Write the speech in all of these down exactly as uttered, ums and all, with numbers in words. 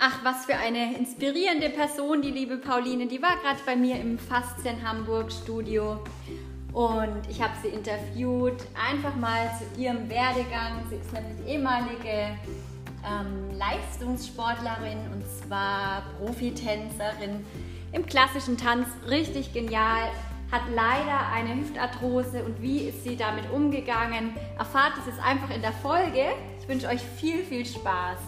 Ach, was für eine inspirierende Person, die liebe Pauline. Die war gerade bei mir im Faszien Hamburg Studio und ich habe sie interviewt, einfach mal zu ihrem Werdegang. Sie ist nämlich ehemalige ähm, Leistungssportlerin und zwar Profitänzerin im klassischen Tanz. Richtig genial, hat leider eine Hüftarthrose und wie ist sie damit umgegangen? Erfahrt es jetzt einfach in der Folge. Ich wünsche euch viel, viel Spaß.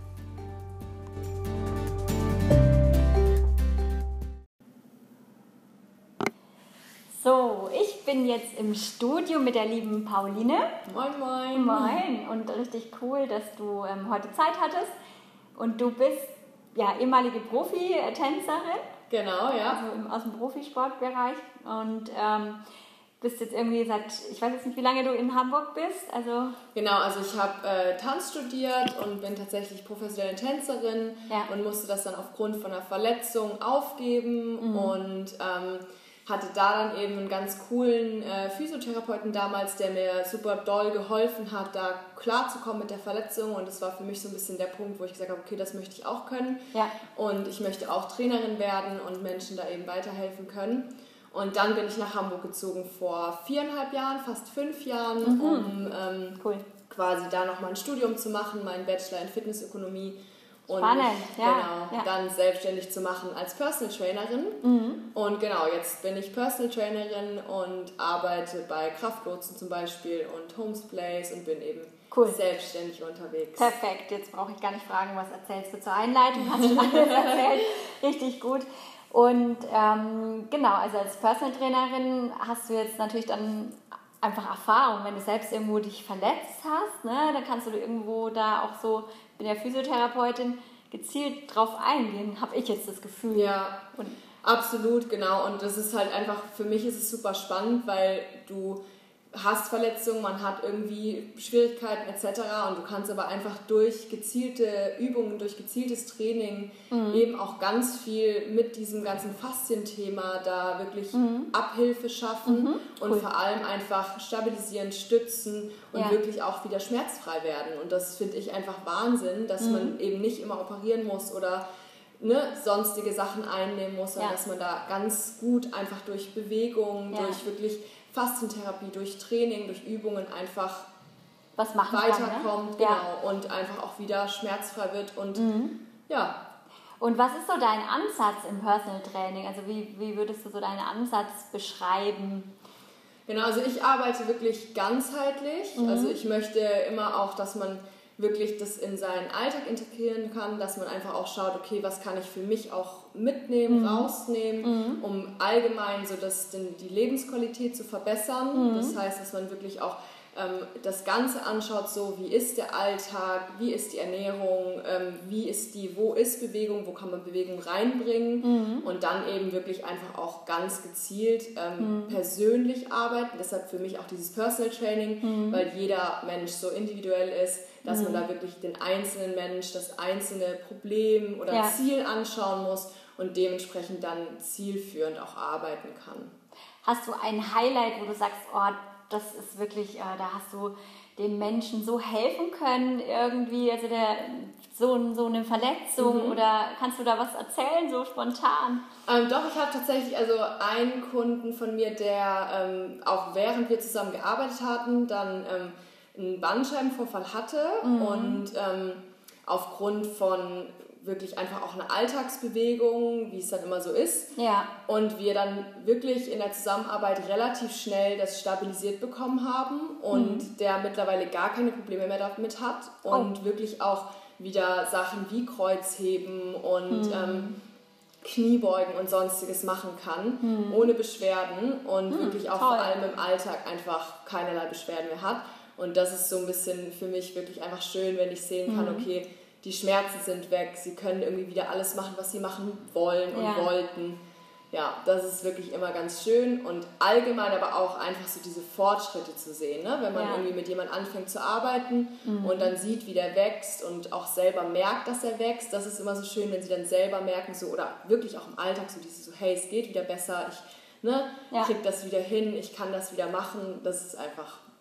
So, ich bin jetzt im Studio mit der lieben Pauline. Moin, moin. Moin. Und richtig cool, dass du ähm, heute Zeit hattest. Und du bist ja ehemalige Profi-Tänzerin. Genau, ja. Also im, aus dem Profisportbereich. Und ähm, bist jetzt irgendwie seit, ich weiß jetzt nicht, wie lange du in Hamburg bist. Also genau, also ich habe äh, Tanz studiert und bin tatsächlich professionelle Tänzerin ja. und musste das dann aufgrund von einer Verletzung aufgeben mhm. und ähm, hatte da dann eben einen ganz coolen äh, Physiotherapeuten damals, der mir super doll geholfen hat, da klarzukommen mit der Verletzung. Und das war für mich so ein bisschen der Punkt, wo ich gesagt habe, okay, das möchte ich auch können. Ja. Und ich möchte auch Trainerin werden und Menschen da eben weiterhelfen können. Und dann bin ich nach Hamburg gezogen vor viereinhalb Jahren, fast fünf Jahren, mhm. um ähm, cool. quasi da nochmal ein Studium zu machen, meinen Bachelor in Fitnessökonomie. Und Spannend, mich, ja, genau, ja. dann selbstständig zu machen als Personal Trainerin. Mhm. Und genau, jetzt bin ich Personal Trainerin und arbeite bei Kraftlotsen zum Beispiel und Homesplace und bin eben cool. selbstständig unterwegs. Perfekt, jetzt brauche ich gar nicht fragen, was erzählst du zur Einleitung, hast du alles erzählt, richtig gut. Und ähm, genau, also als Personal Trainerin hast du jetzt natürlich dann einfach Erfahrung, wenn du selbst irgendwo dich verletzt hast, ne, dann kannst du irgendwo da auch so, ich bin ja Physiotherapeutin, gezielt drauf eingehen, habe ich jetzt das Gefühl. Ja, und absolut, genau. Und das ist halt einfach, für mich ist es super spannend, weil du hast Verletzungen, man hat irgendwie Schwierigkeiten et cetera. Und du kannst aber einfach durch gezielte Übungen, durch gezieltes Training mhm. eben auch ganz viel mit diesem ganzen Faszienthema da wirklich mhm. Abhilfe schaffen mhm. und cool. vor allem einfach stabilisieren, stützen und ja. wirklich auch wieder schmerzfrei werden. Und das finde ich einfach Wahnsinn, dass mhm. man eben nicht immer operieren muss oder ne, sonstige Sachen einnehmen muss, sondern ja. dass man da ganz gut einfach durch Bewegung, ja. durch wirklich Faszientherapie, durch Training, durch Übungen einfach was machen weiterkommt kann, ne? genau, ja. und einfach auch wieder schmerzfrei wird und mhm. ja. Und was ist so dein Ansatz im Personal Training? Also wie, wie würdest du so deinen Ansatz beschreiben? Genau, also ich arbeite wirklich ganzheitlich. Mhm. Also ich möchte immer auch, dass man wirklich das in seinen Alltag integrieren kann, dass man einfach auch schaut, okay, was kann ich für mich auch mitnehmen, mhm. rausnehmen, mhm. um allgemein so das, den, die Lebensqualität zu verbessern. Mhm. Das heißt, dass man wirklich auch ähm, das Ganze anschaut, so wie ist der Alltag, wie ist die Ernährung, ähm, wie ist die, wo ist Bewegung, wo kann man Bewegung reinbringen mhm. und dann eben wirklich einfach auch ganz gezielt ähm, mhm. persönlich arbeiten. Deshalb für mich auch dieses Personal Training, mhm. weil jeder Mensch so individuell ist, dass mhm. man da wirklich den einzelnen Mensch, das einzelne Problem oder ja. Ziel anschauen muss und dementsprechend dann zielführend auch arbeiten kann. Hast du ein Highlight, wo du sagst, oh, das ist wirklich, äh, da hast du den Menschen so helfen können irgendwie, also der, so, so eine Verletzung mhm. oder kannst du da was erzählen, so spontan? Ähm, doch, ich habe tatsächlich also einen Kunden von mir, der ähm, auch während wir zusammen gearbeitet hatten, dann ähm, einen Bandscheibenvorfall hatte mhm. und ähm, aufgrund von wirklich einfach auch eine Alltagsbewegung, wie es dann immer so ist. Ja. Und wir dann wirklich in der Zusammenarbeit relativ schnell das stabilisiert bekommen haben und mhm. der mittlerweile gar keine Probleme mehr damit hat und oh. wirklich auch wieder Sachen wie Kreuzheben und mhm. ähm, Kniebeugen und sonstiges machen kann, mhm. ohne Beschwerden und mhm, wirklich auch toll. Vor allem im Alltag einfach keinerlei Beschwerden mehr hat. Und das ist so ein bisschen für mich wirklich einfach schön, wenn ich sehen kann, mhm. okay, die Schmerzen sind weg, sie können irgendwie wieder alles machen, was sie machen wollen und ja. wollten. Ja, das ist wirklich immer ganz schön und allgemein aber auch einfach so diese Fortschritte zu sehen, ne? Wenn man ja. irgendwie mit jemandem anfängt zu arbeiten mhm. und dann sieht, wie der wächst und auch selber merkt, dass er wächst. Das ist immer so schön, wenn sie dann selber merken, so oder wirklich auch im Alltag so dieses so, hey, es geht wieder besser, ich ne, ja. krieg das wieder hin, ich kann das wieder machen. Das ist einfach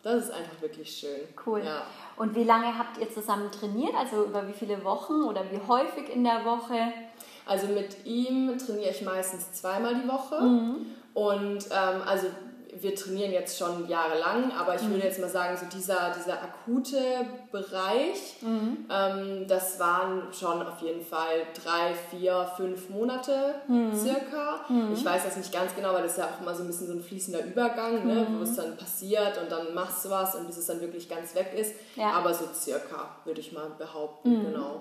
das ist einfach wirklich schön. Cool. Ja. Und wie lange habt ihr zusammen trainiert? Also über wie viele Wochen oder wie häufig in der Woche? Also mit ihm trainiere ich meistens zweimal die Woche. Mhm. Und ähm, also wir trainieren jetzt schon jahrelang, aber ich mhm. würde jetzt mal sagen, so dieser, dieser akute Bereich, mhm. ähm, das waren schon auf jeden Fall drei, vier, fünf Monate mhm. circa. Mhm. Ich weiß das nicht ganz genau, weil das ist ja auch immer so ein bisschen so ein fließender Übergang, ne, mhm. wo es dann passiert und dann machst du was und bis es dann wirklich ganz weg ist. Ja. Aber so circa, würde ich mal behaupten, mhm. genau.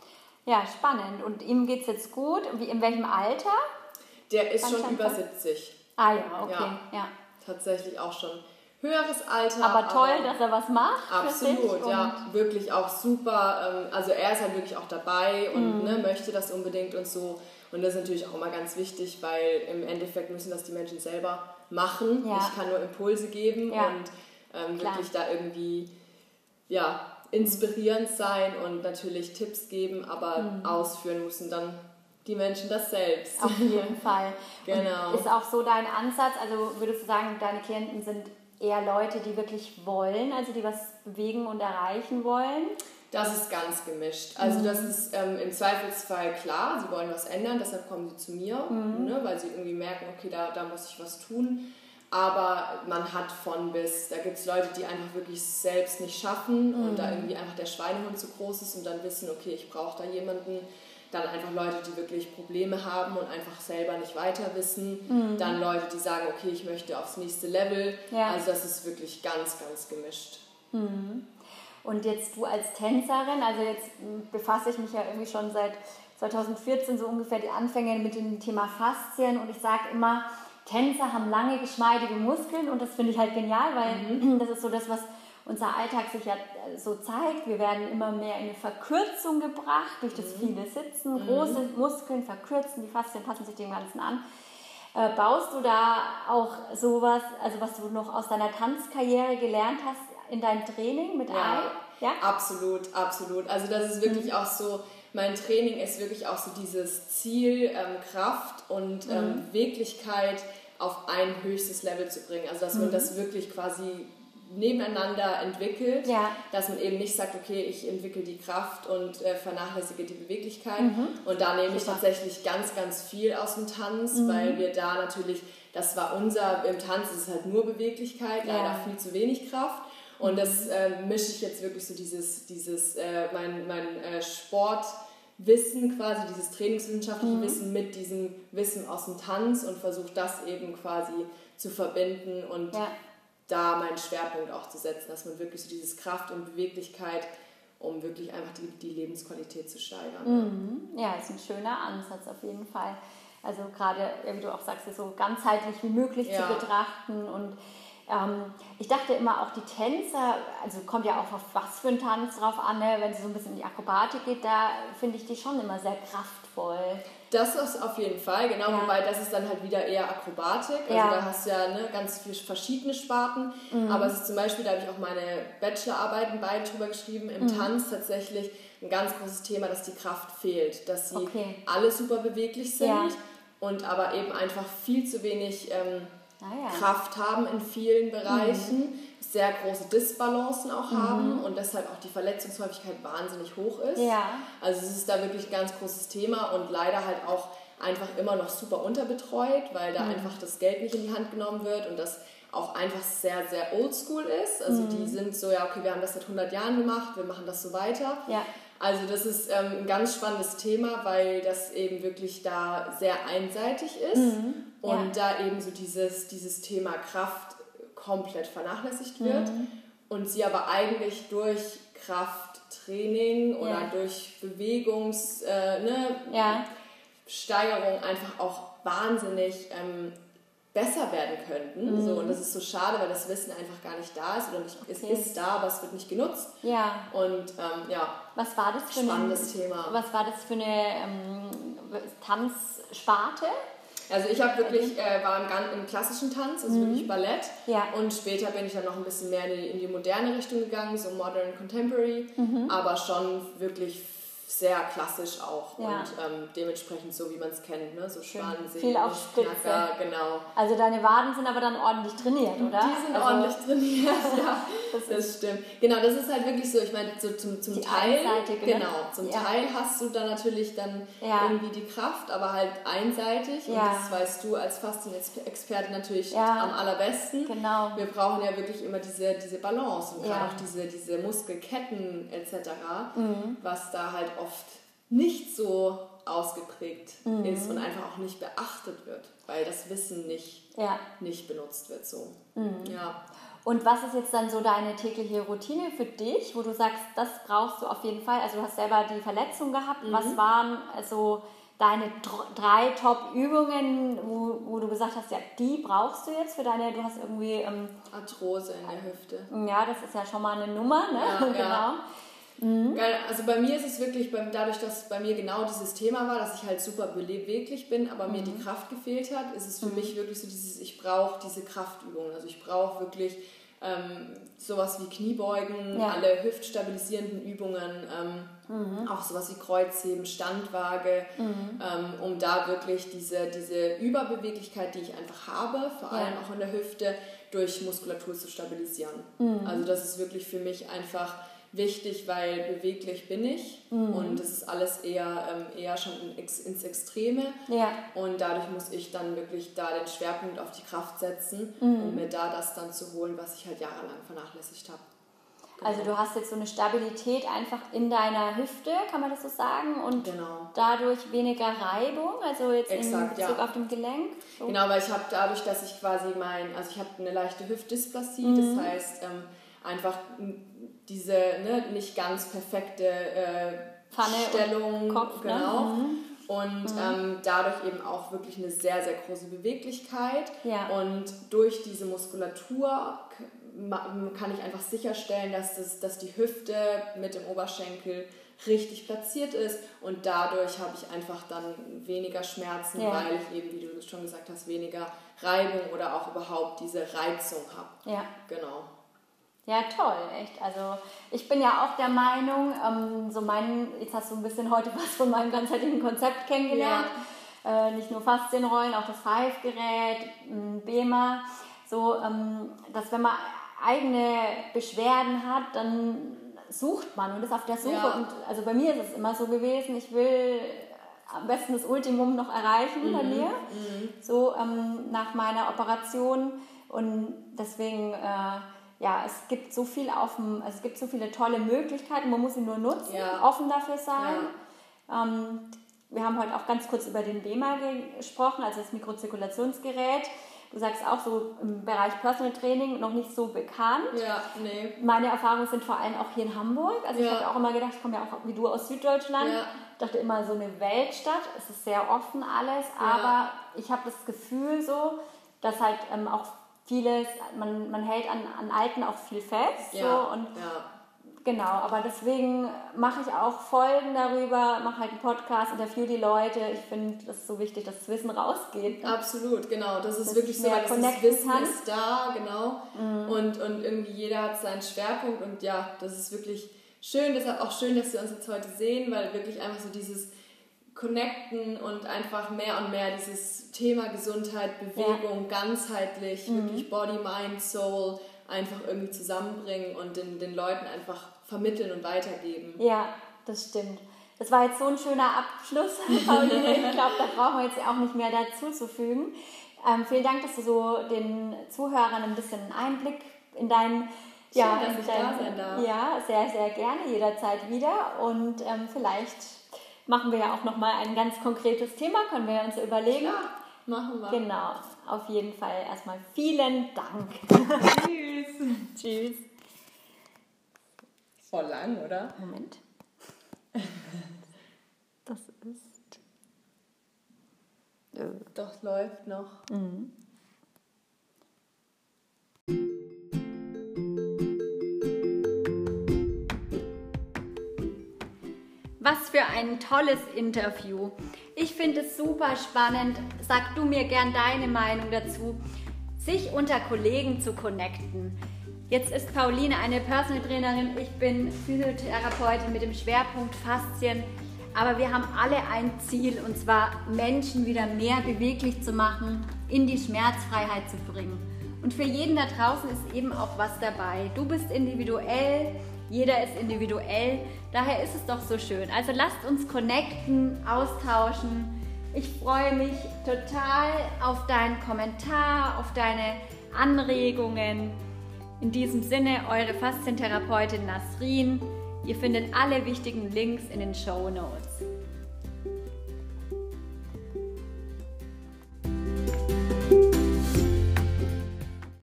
Ja, spannend. Und ihm geht es jetzt gut? Wie, in welchem Alter? Der ist schon über siebzig. Ah ja, okay. Ja. ja. Tatsächlich auch schon höheres Alter. Aber toll, aber dass er was macht. Absolut, ja. Wirklich auch super. Also er ist halt wirklich auch dabei und mm. ne, möchte das unbedingt und so. Und das ist natürlich auch immer ganz wichtig, weil im Endeffekt müssen das die Menschen selber machen. Ja. Ich kann nur Impulse geben ja. und ähm, wirklich da irgendwie ja, inspirierend sein und natürlich Tipps geben, aber mm. ausführen müssen dann die Menschen das selbst. Auf jeden Fall. Genau. Und ist auch so dein Ansatz, also würdest du sagen, deine Klienten sind eher Leute, die wirklich wollen, also die was bewegen und erreichen wollen? Das ist ganz gemischt. Also mhm. das ist ähm, im Zweifelsfall klar, sie wollen was ändern, deshalb kommen sie zu mir, mhm. ne, weil sie irgendwie merken, okay, da, da muss ich was tun. Aber man hat von bis, da gibt es Leute, die einfach wirklich selbst nicht schaffen mhm. und da irgendwie einfach der Schweinehund zu groß ist und dann wissen, okay, ich brauche da jemanden. Dann einfach Leute, die wirklich Probleme haben und einfach selber nicht weiter wissen. Mhm. Dann Leute, die sagen, okay, ich möchte aufs nächste Level. Ja. Also das ist wirklich ganz, ganz gemischt. Mhm. Und jetzt du als Tänzerin, also jetzt befasse ich mich ja irgendwie schon seit zwanzig vierzehn so ungefähr die Anfänge mit dem Thema Faszien und ich sage immer, Tänzer haben lange, geschmeidige Muskeln und das finde ich halt genial, weil mhm. das ist so das, was unser Alltag sich ja so zeigt. Wir werden immer mehr in eine Verkürzung gebracht durch das mhm. viele Sitzen, mhm. große Muskeln verkürzen, die Faszien passen sich dem Ganzen an. Äh, baust du da auch sowas, also was du noch aus deiner Tanzkarriere gelernt hast, in dein Training mit ja. ein? Ja, absolut, absolut. Also das ist wirklich mhm. auch so, mein Training ist wirklich auch so dieses Ziel, ähm, Kraft und mhm. ähm, Beweglichkeit auf ein höchstes Level zu bringen. Also dass mhm. man das wirklich quasi nebeneinander entwickelt, ja. dass man eben nicht sagt, okay, ich entwickle die Kraft und äh, vernachlässige die Beweglichkeit. Mhm. Und da nehme ich Super. tatsächlich ganz, ganz viel aus dem Tanz, mhm. weil wir da natürlich, das war unser, im Tanz ist es halt nur Beweglichkeit, ja. leider viel zu wenig Kraft. Und das äh, mische ich jetzt wirklich so dieses, dieses äh, mein, mein äh, Sportwissen quasi, dieses trainingswissenschaftliche mhm. Wissen mit diesem Wissen aus dem Tanz und versuche das eben quasi zu verbinden und ja. da meinen Schwerpunkt auch zu setzen, dass man wirklich so dieses Kraft und Beweglichkeit, um wirklich einfach die, die Lebensqualität zu steigern. Mhm. Ja, ist ein schöner Ansatz auf jeden Fall. Also gerade, wie du auch sagst, so ganzheitlich wie möglich ja. zu betrachten und ähm, ich dachte immer auch die Tänzer, also kommt ja auch auf was für einen Tanz drauf an, ne? Wenn es so ein bisschen in die Akrobatik geht, da finde ich die schon immer sehr kraftvoll. Das ist auf jeden Fall, genau, ja. wobei das ist dann halt wieder eher Akrobatik, also ja. da hast du ja ne, ganz viele verschiedene Sparten, mhm. aber es ist zum Beispiel, da habe ich auch meine Bachelorarbeiten beide drüber geschrieben, im mhm. Tanz tatsächlich ein ganz großes Thema, dass die Kraft fehlt, dass sie okay. alle super beweglich sind ja. und aber eben einfach viel zu wenig ähm, ah, ja. Kraft haben in vielen Bereichen, mhm. sehr große Disbalancen auch mhm. haben und deshalb auch die Verletzungshäufigkeit wahnsinnig hoch ist. Ja. Also es ist da wirklich ein ganz großes Thema und leider halt auch einfach immer noch super unterbetreut, weil da mhm. einfach das Geld nicht in die Hand genommen wird und das auch einfach sehr, sehr oldschool ist. Also mhm. die sind so, ja okay, wir haben das seit hundert Jahren gemacht, wir machen das so weiter. Ja. Also das ist ähm, ein ganz spannendes Thema, weil das eben wirklich da sehr einseitig ist mhm. und ja. da eben so dieses, dieses Thema Kraft komplett vernachlässigt wird mhm. und sie aber eigentlich durch Krafttraining oder ja. durch Bewegungs, äh, ne, ja. Steigerung einfach auch wahnsinnig ähm, besser werden könnten. Mhm. So, und das ist so schade, weil das Wissen einfach gar nicht da ist oder nicht, okay. es ist da, aber es wird nicht genutzt. Ja. Und ähm, ja, was war das für spannendes eine, Thema. Was war das für eine ähm, Tanzsparte? Also ich habe wirklich, äh, war im, im klassischen Tanz, also mhm. wirklich Ballett. Ja. Und später bin ich dann noch ein bisschen mehr in die, in die moderne Richtung gegangen, so Modern Contemporary, mhm. aber schon wirklich sehr klassisch auch ja. und ähm, dementsprechend so, wie man es kennt, ne? So Schwanensee, viel auf Spitze. Knacker, genau. Also deine Waden sind aber dann ordentlich trainiert, oder? Die sind also, ordentlich trainiert, ja, das, das stimmt. Genau, das ist halt wirklich so, ich meine, so zum, zum Teil, genau, zum ja. Teil hast du dann natürlich dann ja. irgendwie die Kraft, aber halt einseitig ja. und das weißt du als Faszienexperte natürlich ja. am allerbesten. Genau. Wir brauchen ja wirklich immer diese, diese Balance und gerade ja. auch diese, diese Muskelketten et cetera, mhm. was da halt oft nicht so ausgeprägt mhm. ist und einfach auch nicht beachtet wird, weil das Wissen nicht, ja. nicht benutzt wird so. Mhm. Ja. Und was ist jetzt dann so deine tägliche Routine für dich, wo du sagst, das brauchst du auf jeden Fall? Also du hast selber die Verletzung gehabt. Mhm. Was waren also deine drei Top-Übungen, wo, wo du gesagt hast, ja, die brauchst du jetzt für deine, du hast irgendwie... Ähm, Arthrose in der Hüfte. Ja, das ist ja schon mal eine Nummer, ne? Ja, genau. Ja. Mhm. Also bei mir ist es wirklich, dadurch, dass bei mir genau dieses Thema war, dass ich halt super beweglich bin, aber mhm. mir die Kraft gefehlt hat, ist es für mhm. mich wirklich so dieses, ich brauche diese Kraftübungen. Also ich brauche wirklich ähm, sowas wie Kniebeugen, ja. alle hüftstabilisierenden Übungen, ähm, mhm. auch sowas wie Kreuzheben, Standwaage, mhm. ähm, um da wirklich diese, diese Überbeweglichkeit, die ich einfach habe, vor allem ja. auch in der Hüfte, durch Muskulatur zu stabilisieren. Mhm. Also das ist wirklich für mich einfach wichtig, weil beweglich bin ich mhm. und das ist alles eher, ähm, eher schon in, ins Extreme ja. und dadurch muss ich dann wirklich da den Schwerpunkt auf die Kraft setzen, mhm. um mir da das dann zu holen, was ich halt jahrelang vernachlässigt habe. Genau. Also du hast jetzt so eine Stabilität einfach in deiner Hüfte, kann man das so sagen, und genau. dadurch weniger Reibung, also jetzt Exakt, in Bezug ja. auf dem Gelenk? So. Genau, weil ich habe dadurch, dass ich quasi mein, also ich habe eine leichte Hüftdysplasie, mhm. das heißt ähm, einfach diese ne, nicht ganz perfekte äh, Pfanne Stellung, Kopf, genau. Ne? Mhm. Und mhm. ähm, dadurch eben auch wirklich eine sehr, sehr große Beweglichkeit. Ja. Und durch diese Muskulatur kann ich einfach sicherstellen, dass, das, dass die Hüfte mit dem Oberschenkel richtig platziert ist. Und dadurch habe ich einfach dann weniger Schmerzen, ja. weil ich eben, wie du schon gesagt hast, weniger Reibung oder auch überhaupt diese Reizung habe. Ja. Genau. Ja, toll, echt. Also ich bin ja auch der Meinung, ähm, so mein, jetzt hast du ein bisschen heute was von meinem ganzheitlichen Konzept kennengelernt. Ja. Äh, nicht nur Faszienrollen, auch das Hive-Gerät, B E M A. So, ähm, dass wenn man eigene Beschwerden hat, dann sucht man und ist auf der Suche. Ja. Und also bei mir ist es immer so gewesen, ich will am besten das Ultimum noch erreichen mhm. bei mir, mhm. so ähm, nach meiner Operation. Und deswegen... Äh, Ja, es gibt so viel auf dem, also es gibt so viele tolle Möglichkeiten, man muss sie nur nutzen, ja. offen dafür sein. Ja. Ähm, wir haben heute auch ganz kurz über den B E M A gesprochen, also das Mikrozirkulationsgerät. Du sagst auch so im Bereich Personal Training noch nicht so bekannt. Ja, nee. Meine Erfahrungen sind vor allem auch hier in Hamburg. Also ja. ich habe auch immer gedacht, ich komme ja auch wie du aus Süddeutschland. Ja. Ich dachte immer so eine Weltstadt, es ist sehr offen alles, ja. aber ich habe das Gefühl so, dass halt ähm, auch vieles, man, man hält an, an Alten auch viel fest. Ja, so, und ja. Genau, aber deswegen mache ich auch Folgen darüber, mache halt einen Podcast, interview die Leute. Ich finde, das ist so wichtig, dass das Wissen rausgeht. Absolut, genau. Das ist wirklich so, dass das Wissen kann. ist da, genau. Mhm. Und, und irgendwie jeder hat seinen Schwerpunkt und ja, das ist wirklich schön. Deshalb auch schön, dass wir uns jetzt heute sehen, weil wirklich einfach so dieses Connecten und einfach mehr und mehr dieses Thema Gesundheit, Bewegung, ja. ganzheitlich, mhm. wirklich Body, Mind, Soul einfach irgendwie zusammenbringen und den, den Leuten einfach vermitteln und weitergeben. Ja, das stimmt. Das war jetzt so ein schöner Abschluss, Pauline. Ich glaube, da brauchen wir jetzt auch nicht mehr dazu zu fügen. Ähm, vielen Dank, dass du so den Zuhörern ein bisschen einen Einblick in dein... Schön, ja, dass ich dein, da sein darf. Ja, sehr, sehr gerne, jederzeit wieder. Und ähm, vielleicht machen wir ja auch nochmal ein ganz konkretes Thema, können wir uns überlegen. Ja, machen wir. Genau, auf jeden Fall erstmal vielen Dank. Tschüss. Tschüss. Voll lang, oder? Moment. Das ist... Doch, läuft noch. Mhm. Was für ein tolles Interview. Ich finde es super spannend. Sag du mir gern deine Meinung dazu. Sich unter Kollegen zu connecten. Jetzt ist Pauline eine Personal Trainerin, ich bin Physiotherapeutin mit dem Schwerpunkt Faszien, aber wir haben alle ein Ziel, und zwar Menschen wieder mehr beweglich zu machen, in die Schmerzfreiheit zu bringen. Und für jeden da draußen ist eben auch was dabei. Du bist individuell, jeder ist individuell, daher ist es doch so schön. Also lasst uns connecten, austauschen. Ich freue mich total auf deinen Kommentar, auf deine Anregungen. In diesem Sinne, eure Faszientherapeutin Nasrin. Ihr findet alle wichtigen Links in den Shownotes.